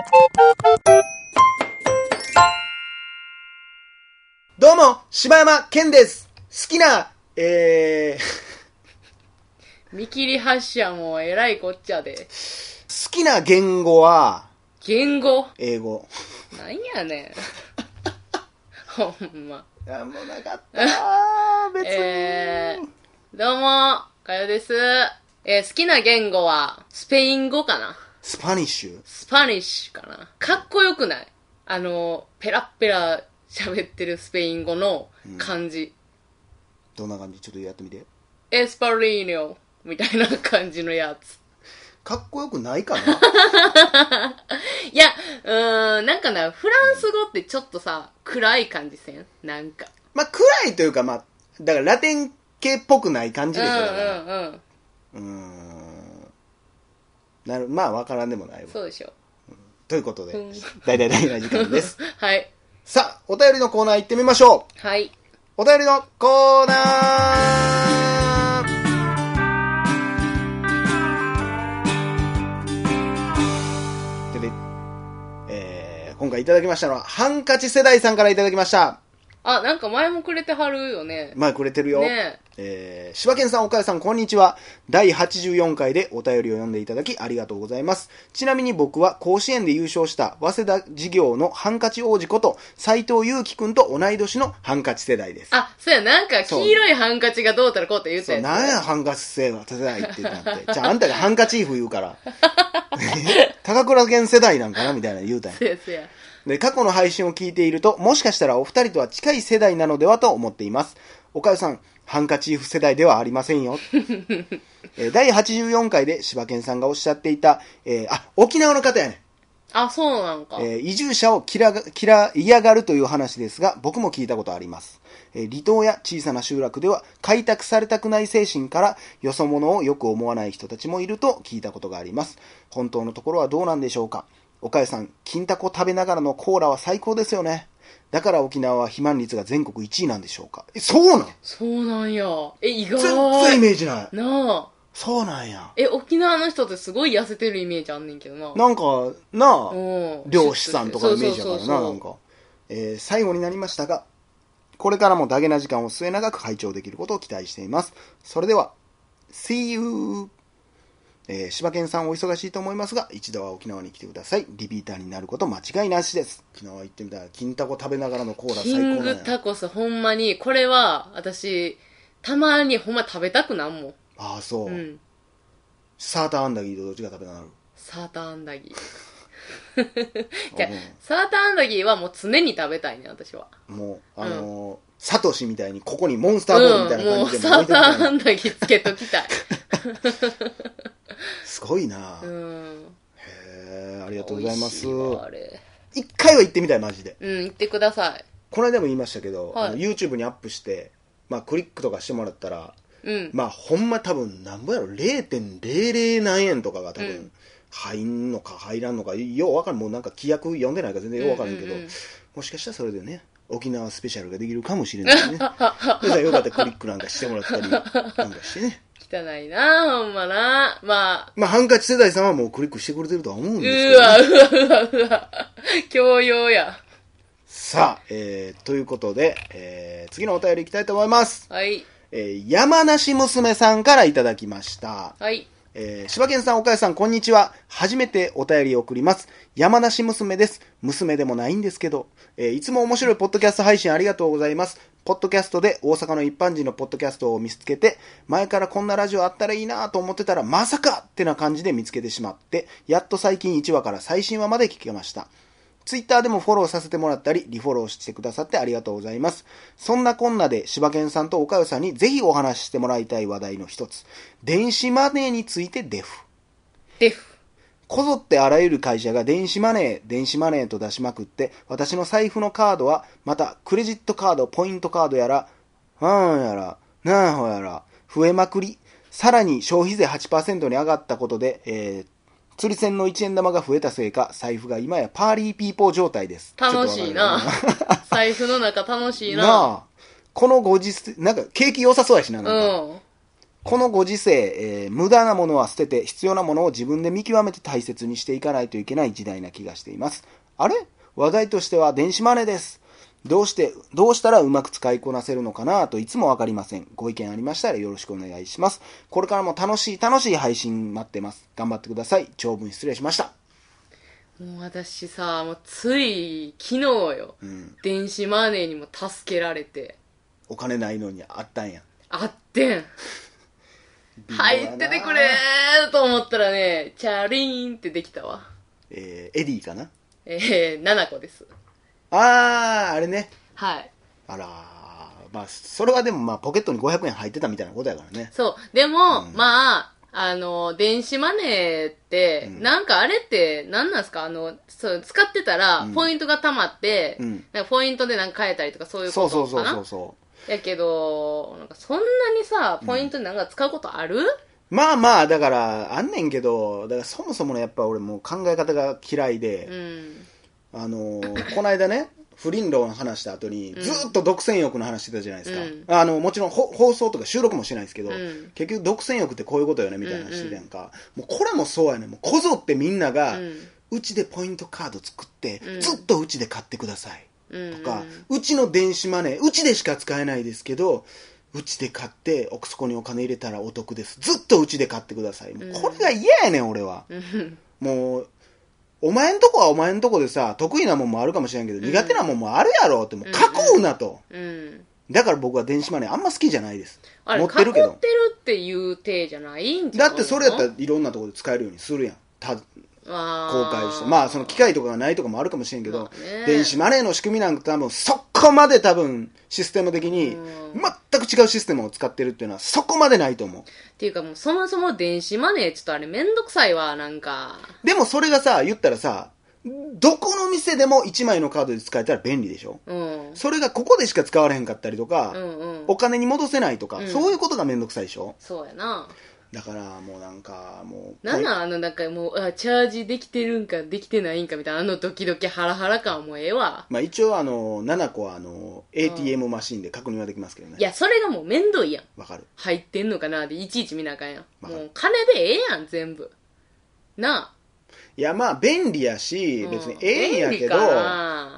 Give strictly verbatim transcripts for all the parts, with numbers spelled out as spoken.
どうも、柴山健です。好きな、えー、見切り発車もえらいこっちゃで。 好きな言語は、 言語英語。 なんやねん。ほんま。 なんもなかったー、別に。 えー、どうも、かよです。えー、好きな言語は、スペイン語かな。 スパニッシュスパニッシュかな。かっこよくない？あの、ペラッペラ喋ってるスペイン語の感じ。 うん、どんな感じ？ちょっとやってみて。 エスパリーニョみたいな感じのやつ。 かっこよくないかないや、うーん、なんかな、フランス語ってちょっとさ、暗い感じせん？なんか。 まあ、暗いというか、まあ、だからラテン系っぽくない感じでしょ、だから。 うんうんうん。 うーん。なる、まあ、わからんでもないわ。 そうでしょ。 うん、ということで、大々大な時間です。 はい。 さあ、お便りのコーナー行ってみましょう。はい。 お便りのコーナーでで、えー、今回いただきましたのは、ハンカチ世代さんからいただきました。 あ、なんか前もくれてはるよね。 前くれてるよ。 ねえー、柴犬さん、岡谷さん、こんにちは。だいはちじゅうよんかいでお便りを読んでいただきありがとうございます。ちなみに僕は甲子園で優勝した早稲田事業のハンカチ王子こと斉藤祐樹くんと同い年のハンカチ世代です。 あ、そうや、なんか黄色いハンカチがどうたらこうって言ったやつ。 そう、なんやハンカチ世代って言ったんって。じゃああんたがハンカチーフ言うから。高倉健世代なんかなみたいな言うたんや。 そうやそうや。で、 過去の配信を聞いていると、もしかしたらお二人とは近い世代なのではと思っています。おかゆさん、ハンカチーフ世代ではありませんよ。だいはちじゅうよんかいで柴犬さんがおっしゃっていた、えー、あ、沖縄の方やね。 あ、そうなんか。 えー、移住者を嫌が、嫌、嫌がるという話ですが、僕も聞いたことあります。えー、離島や小さな集落では開拓されたくない精神からよそ者をよく思わない人たちもいると聞いたことがあります。本当のところはどうなんでしょうか。おかゆさん、金タコ食べながらのコーラは最高ですよね。だから沖縄は肥満率が全国いちいなんでしょうか。え、そうなん？ そうなんや。え、意外。 全然イメージない。 なあ。 そうなんや。 え、沖縄の人ってすごい痩せてるイメージあんねんけどな。 なんか、なあ、漁師さんとかのイメージだからな、 そうそうそうそうなんか。えー、最後になりましたが、これからもダゲな時間を末永く拝聴できることを期待しています。それでは、See you! えー、柴犬さんお忙しいと思いますが、一度は沖縄に来てください。リピーターになること間違いなしです。沖縄行ってみたら、金タコ食べながらのコーラ最高なんや。 キングタコス、ほんまに、これは、私、たまにほんま食べたくなんもん。 ああ、そう。 うん。 サーターアンダギーとどっちが食べたくなる？ サーターアンダギー。じゃサーターアンダギーはもう常に食べたいね、私は。 もう、あのー、サトシみたいにここにモンスターボールみたいな感じでも置いてみたい、うん、もうサーターアンダギーつけときたい。 すごいな。 うん。 へえ、ありがとうございます。 あれ。 一回は行ってみたい、マジで。 うん、行ってください。 この間も言いましたけど、 はい、 あの YouTube にアップして、まあクリックとかしてもらったら、 うん、 まあほんま多分なんぼやろ れいてんれいれい 何円とかが多分入んのか入らんのかようわかんない。もうなんか規約読んでないから全然ようわからんけど、うんうんうん、もしかしたらそれでね沖縄スペシャルができるかもしれないね。でさよかったらクリックなんかしてもらったりなんかしてね。 汚いなほんまな。まあ。 まあハンカチ世代さんはもうクリックしてくれてるとは思うんですけど、ね、 うわうわうわうわ教養や。 さあ、えー、ということで、えー、次のお便りいきたいと思います。 はい。 えー、山梨娘さんからいただきました。 はい。 えー、柴犬さん、岡谷さん、こんにちは。初めてお便りを送ります。山梨娘です。娘でもないんですけど、えー、いつも面白いポッドキャスト配信ありがとうございます。ポッドキャストで大阪の一般人のポッドキャストを見つけて、前からこんなラジオあったらいいなと思ってたら、まさかってな感じで見つけてしまって、やっと最近いちわから最新話まで聞けました。ツイッターでもフォローさせてもらったり、リフォローしてくださってありがとうございます。そんなこんなで、柴犬さんと岡代さんにぜひお話ししてもらいたい話題の一つ。電子マネーについてデフ。 デフ。 こぞってあらゆる会社が電子マネー、電子マネーと出しまくって、私の財布のカードは、またクレジットカード、ポイントカードやら、なんやら、なんほやら、増えまくり。さらに消費税 はちパーセント に上がったことで、えー、釣り銭のいちえん玉が増えたせいか、財布が今やパーリーピーポー状態です。 楽しいな。財布の中楽しいな。 なあ。このご時世、なんか景気良さそうやしな、なんか。 うん。 このご時世、えー無駄なものは捨てて必要なものを自分で見極めて大切にしていかないといけない時代な気がしています。あれ？話題としては電子マネーです。どうして、どうしたらうまく使いこなせるのかなといつもわかりません。ご意見ありましたらよろしくお願いします。これからも楽しい楽しい配信待ってます。頑張ってください。長文失礼しました。 もう私さ、もうつい昨日よ、 うん、 電子マネーにも助けられて。 お金ないのにあったんや。 あってん。入っててくれーと思ったらね、チャリーンってできたわ。 えー、エディかな。 えー、ななこです。 あー、あれね。 はい。 あらー、まあ、それはでもまあ、ポケットにごひゃくえん入ってたみたいなことやからね。 そう。でも、 うん、 まあ、あの、電子マネーって、 うん、 なんかあれって、なんなんすかあの、そう、使ってたら、ポイントが溜まって、うん、なんかポイントでなんか変えたりとかそういうことかな。そうそうそうそうそう。やけど、なんかそんなにさ、ポイントでなんか使うことある？うん、 まあまあ、だから、あんねんけど、だからそもそものやっぱ俺もう考え方が嫌いで、うん、あのー、この間ね、不倫論の話した後に、ずっと独占欲の話してたじゃないですか。うん、あの、もちろん放送とか収録もしてないですけど、うん、結局独占欲ってこういうことよね、みたいな話してたやんか。うんうん、もうこれもそうやねん。もうこぞってみんなが、うち、ん、でポイントカード作って、うん、ずっとうちで買ってください。とか、うちの電子マネー、うちでしか使えないですけど、うちで買って奥底にお金入れたらお得です。ずっとうちで買ってください。もうこれが嫌やねん、俺は。もう、お前んとこはお前んとこでさ、得意なもんもあるかもしれんけど、うん、苦手なもんもあるやろって、もう囲うなと、うんうん。だから僕は電子マネーあんま好きじゃないです。 あれ、持ってるけど。囲ってるっていう体じゃないんじゃないの？ だってそれやったらいろんなところで使えるようにするやん。た公開して。まあその機械とかがないとかもあるかもしれんけど、まあね、電子マネーの仕組みなんか多分そこまで多分システム的に全く違うシステムを使ってるっていうのはそこまでないと思う。 っていうかもうそもそも電子マネーちょっとあれめんどくさいわ、なんか。 でもそれがさ、言ったらさ、どこの店でもいちまいのカードで使えたら便利でしょ、うん、それがここでしか使われへんかったりとか、うんうん、お金に戻せないとか、うん、そういうことがめんどくさいでしょ。 そうやな。 だからもうなんかもうなんなんあのなんかもうあチャージできてるんかできてないんかみたいなあのドキドキハラハラ感はもうええわ。 まあ一応あのななこはあの エーティーエム マシンで確認はできますけどね。 いやそれがもうめんどいやん。 わかる。 入ってんのかなでいちいち見なあかんやん。もう金でええやん全部なあ。 いやまあ便利やし別にええんやけど、うん、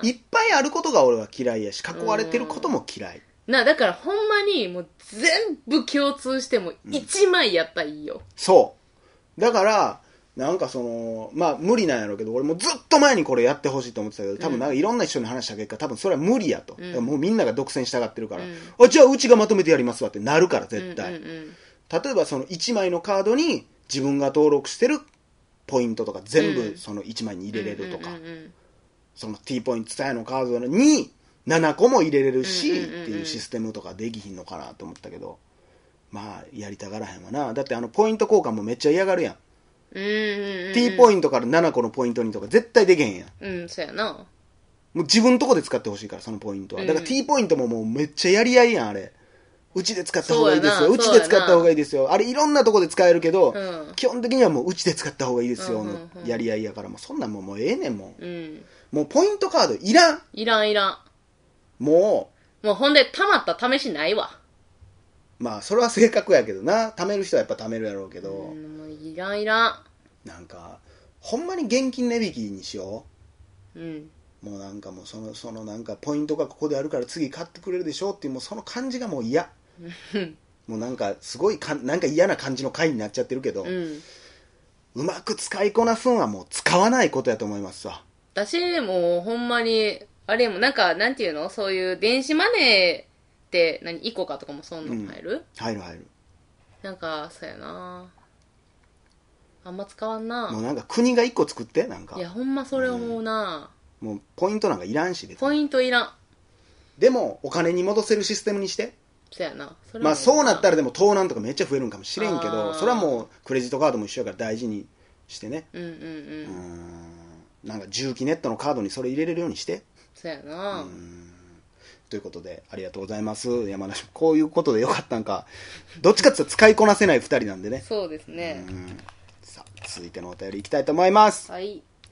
いっぱいあることが俺は嫌いやし囲われてることも嫌い、うんな、だからほんまにもう全部共通してもいちまいやったらいいよ、うん、 そうだからなんかそのまあ無理なんやろうけど俺もずっと前にこれやってほしいと思ってたけど多分なんかいろんな人に話した結果多分それは無理やと、うん、もうみんなが独占したがってるから、うん、あじゃあうちがまとめてやりますわってなるから絶対、うんうんうん、例えばそのいちまいのカードに自分が登録してるポイントとか全部そのいちまいに入れれるとか、うんうんうんうん、その T ポイントツタヤのカードにななこも入れれるし、うんうんうんうん、っていうシステムとかできひんのかなと思ったけどまあやりたがらへんわな。だってあのポイント交換もめっちゃ嫌がるやん、うんうんうんうん、T ポイントからななこのポイントにとか絶対できへんやん。 うんそうやな。もう自分のとこで使ってほしいからそのポイントは、だから T ポイントももうめっちゃやり合いやんあれ。うちで使った方がいいですよ、うちで使った方がいいですよ、あれいろんなとこで使えるけど、うん、基本的にはもううちで使った方がいいですよのやり合いやから、もうそんなんもうもうええねんもん、うん、もうポイントカードいらんいらんいらんもうもうほんで溜まった試しないわ。 まあそれは正確やけどな、貯める人はやっぱ貯めるやろうけど、うん、 もういらんいらん。 なんかほんまに現金値引きにしよう、うん、 もうなんかもうそのそのなんかポイントがここであるから次買ってくれるでしょっていうもうその感じがもう嫌もうなんかすごいかなんか嫌な感じの回になっちゃってるけど、うん、うまく使いこなすんはもう使わないことやと思いますわ。 私もうほんまにあれもなんかなんていうのそういう電子マネーって何イコカとかもそんなの入る、うん、 入る入る。 なんかそうやなあんま使わんな。 もうなんか国が一個作ってなんかいやほんまそれ思うな、 うん、もうポイントなんかいらんし別にポイントいらん。 でもお金に戻せるシステムにして。 そうやな。 それまあそうなったらでも盗難とかめっちゃ増えるんかもしれんけどそれはもうクレジットカードも一緒やから大事にしてね。 うんうんうん。うーんなんか重機ネットのカードにそれ入れれるようにして。 そうやな。 うんということでありがとうございます。山梨こういうことでよかったんかどっちかっていうと使いこなせないふたりなんでね。 そうですね。 うんさあ続いてのお便りいきたいと思います。 はい。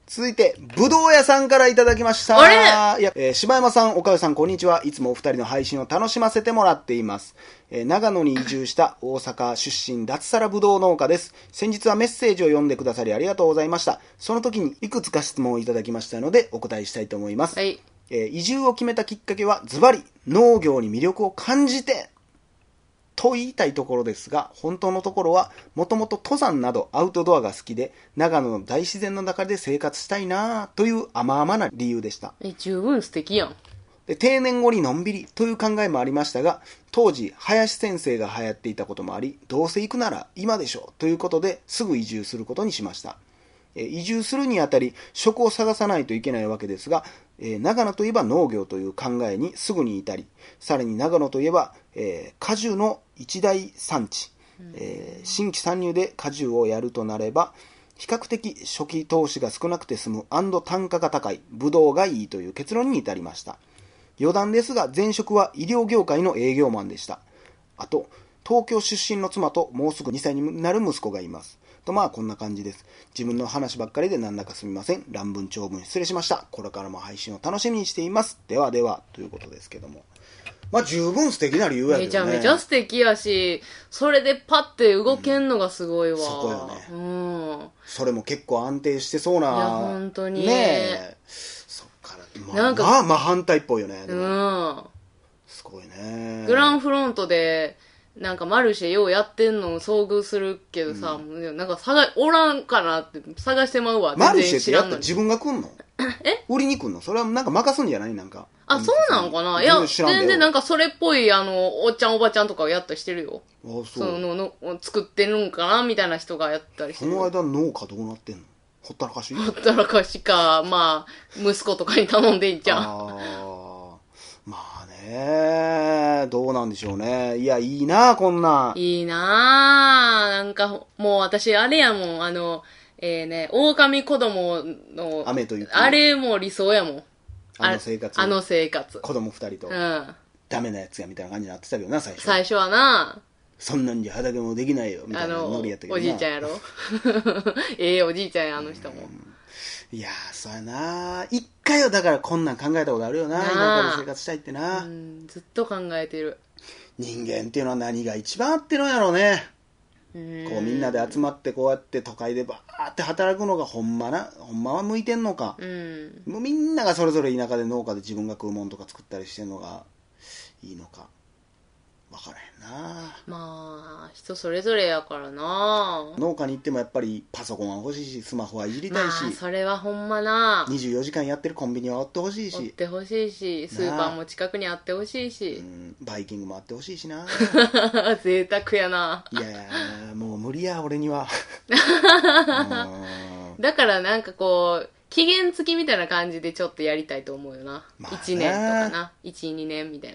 続いて、ぶどう屋さんからいただきました。 あれいや、えー、柴山さん、岡代さん、こんにちは。いつもお二人の配信を楽しませてもらっています。えー、長野に移住した大阪出身脱サラぶどう農家です。先日はメッセージを読んでくださりありがとうございました。その時にいくつか質問をいただきましたので、お答えしたいと思います。 はい。 えー、移住を決めたきっかけは、ズバリ、農業に魅力を感じて、と言いたいところですが、本当のところはもともと登山などアウトドアが好きで、長野の大自然の中で生活したいなという甘々な理由でした。 え、十分素敵やん。 で、定年後にのんびりという考えもありましたが、当時林先生が流行っていたこともあり、どうせ行くなら今でしょということですぐ移住することにしました。え移住するにあたり職を探さないといけないわけですが、えー、長野といえば農業という考えにすぐに至り、さらに長野といえば、えー、果樹の一大産地、えー、新規参入で果樹をやるとなれば比較的初期投資が少なくて済む&単価が高いブドウがいいという結論に至りました。余談ですが、前職は医療業界の営業マンでした。あと東京出身の妻ともうすぐにさいになる息子がいます。とまあこんな感じです。自分の話ばっかりでなんだかすみません。乱文長文失礼しました。これからも配信を楽しみにしています。ではではということですけども、まあ十分素敵な理由やけどね。 めちゃめちゃ素敵やし、それでパッて動けんのがすごいわ。うん、 そこよね。 うん。 それも結構安定してそうな。いや本当にねえ。そっから、まあ、なんかまあまあ反対っぽいよね。 うん。 すごいね。 グランフロントで。なんかマルシェようやってんの遭遇するけどさ、うん、なんか探おらんかなって探してまうわ。 マルシェってやったら自分が来んの？ え？ 売りに来んの？それはなんか任すんじゃない？なんか。 あ、そうなのかな？いや、全然なんかそれっぽい、あの、おっちゃんおばちゃんとかやったりしてるよ。 あ、そう。 そのの作ってるんかなみたいな人がやったりしてる。 その間農家どうなってんの？ほったらかし？ ほったらかしか、まあ、息子とかに頼んでいいんじゃん。 ああ。まあね、どうなんでしょうね。いや、いいな、こんなん。 いいなぁ。なんか、もう私、あれやもん、あの、えー、ね、狼子供の、 雨と雪。 あれも理想やもん。 あの生活。 あの生活。 子供二人と。 うん。 ダメなやつや、みたいな感じになってたけどな、最初。 最初はな。 そんなんじゃ畑もできないよ、みたいなノリやったけどな。 おじいちゃんやろええおじいちゃんや、あの人も。 いやー、そうやな。一回はだからこんなん考えたことあるよな。田舎で生活したいってな。 うん、ずっと考えてる。 人間っていうのは何が一番合ってるんやろうね。こうみんなで集まってこうやって都会でバーって働くのがほんまな、ほんまは向いてんのか。うん、もうみんながそれぞれ田舎で農家で自分が食うもんとか作ったりしてんのがいいのか。わからへんな。 まあ人それぞれやからな。 農家に行ってもやっぱりパソコンは欲しいし、スマホはいじりたいし、 まあそれはほんまな。 にじゅうよじかんやってるコンビニはおってほしいし、 おってほしいし、スーパーも近くにあってほしいし、 うん、バイキングもあってほしいしな。 贅沢やな。 いやもう無理や俺には。 だからなんかこう期限付きみたいな感じでちょっとやりたいと思うよな、まあ、いちねんとかな、いち、にねんみたいな。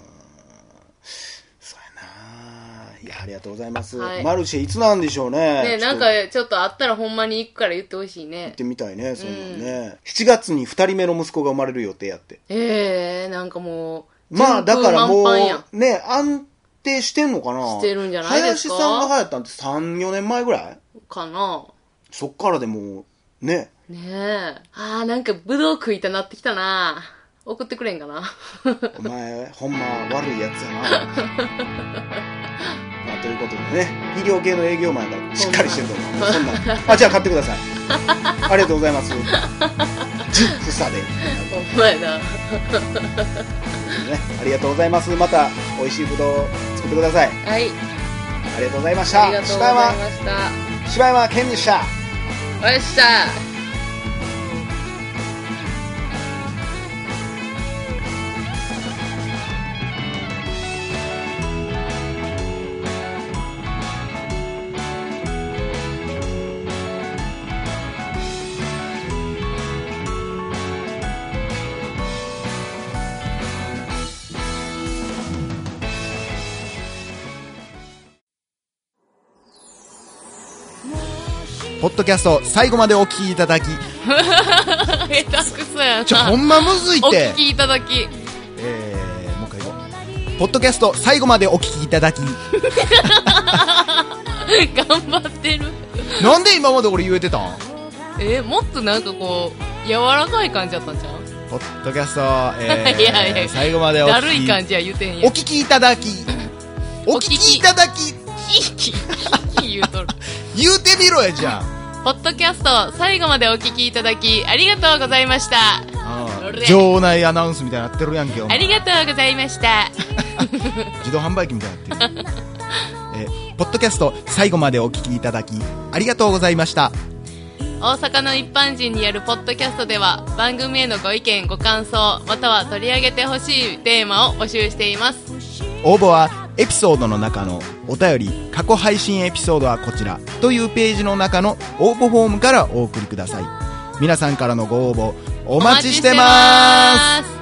いやありがとうございます、はい、マルシェいつなんでしょうね。 ね、なんかちょっとあったらほんまに行くから言ってほしいね。 行ってみたいね、そんなんね、うん、しちがつにふたりめの息子が生まれる予定やって。 ええー、なんかもうまあだからもうね安定してんのかな。 してるんじゃないですか。 林さんが流行ったんってさん、よねんまえぐらいかな。 そっからでもねねえ、ああなんかブドウ食いたなってきたな。送ってくれんかな。 お前ほんま悪いやつやな。まあ、ということでね、医療系の営業マンやからしっかりしてると思う。そんなあ、じゃあ買ってください。ありがとうございます。ジュフサでお前だ、ね、 ありがとうございます。また美味しいぶどう作ってください。 はい、 ありがとうございました。 ありがとうございました。 柴山健でした。 おやした。 ポッドキャスト最後までお聞きいただき下手くそやな。 ちょほんまむずいって。 お聞きいただき、 えー、もう一回行こう。ポッドキャスト最後までお聞きいただき頑張ってる。 なんで今まで俺言えてたん。 えー、もっとなんかこう柔らかい感じだったんじゃん。 ポッドキャスト、えー、 いやいや最後までお聞きだるい感じは言うてんや。 お聞きいただきお聞きいただきひきひき言うとる言うてみろやじゃん。 ポッドキャスト最後までお聞きいただきありがとうございました。 場内アナウンスみたいになってるやんけ。 ありがとうございました自動販売機みたいになってる、えー、ポッドキャスト最後までお聞きいただきありがとうございました。 大阪の一般人によるポッドキャストでは番組へのご意見ご感想または取り上げてほしいテーマを募集しています。 応募はエピソードの中のお便り過去配信エピソードはこちらというページの中の応募フォームからお送りください。皆さんからのご応募お待ちしてます。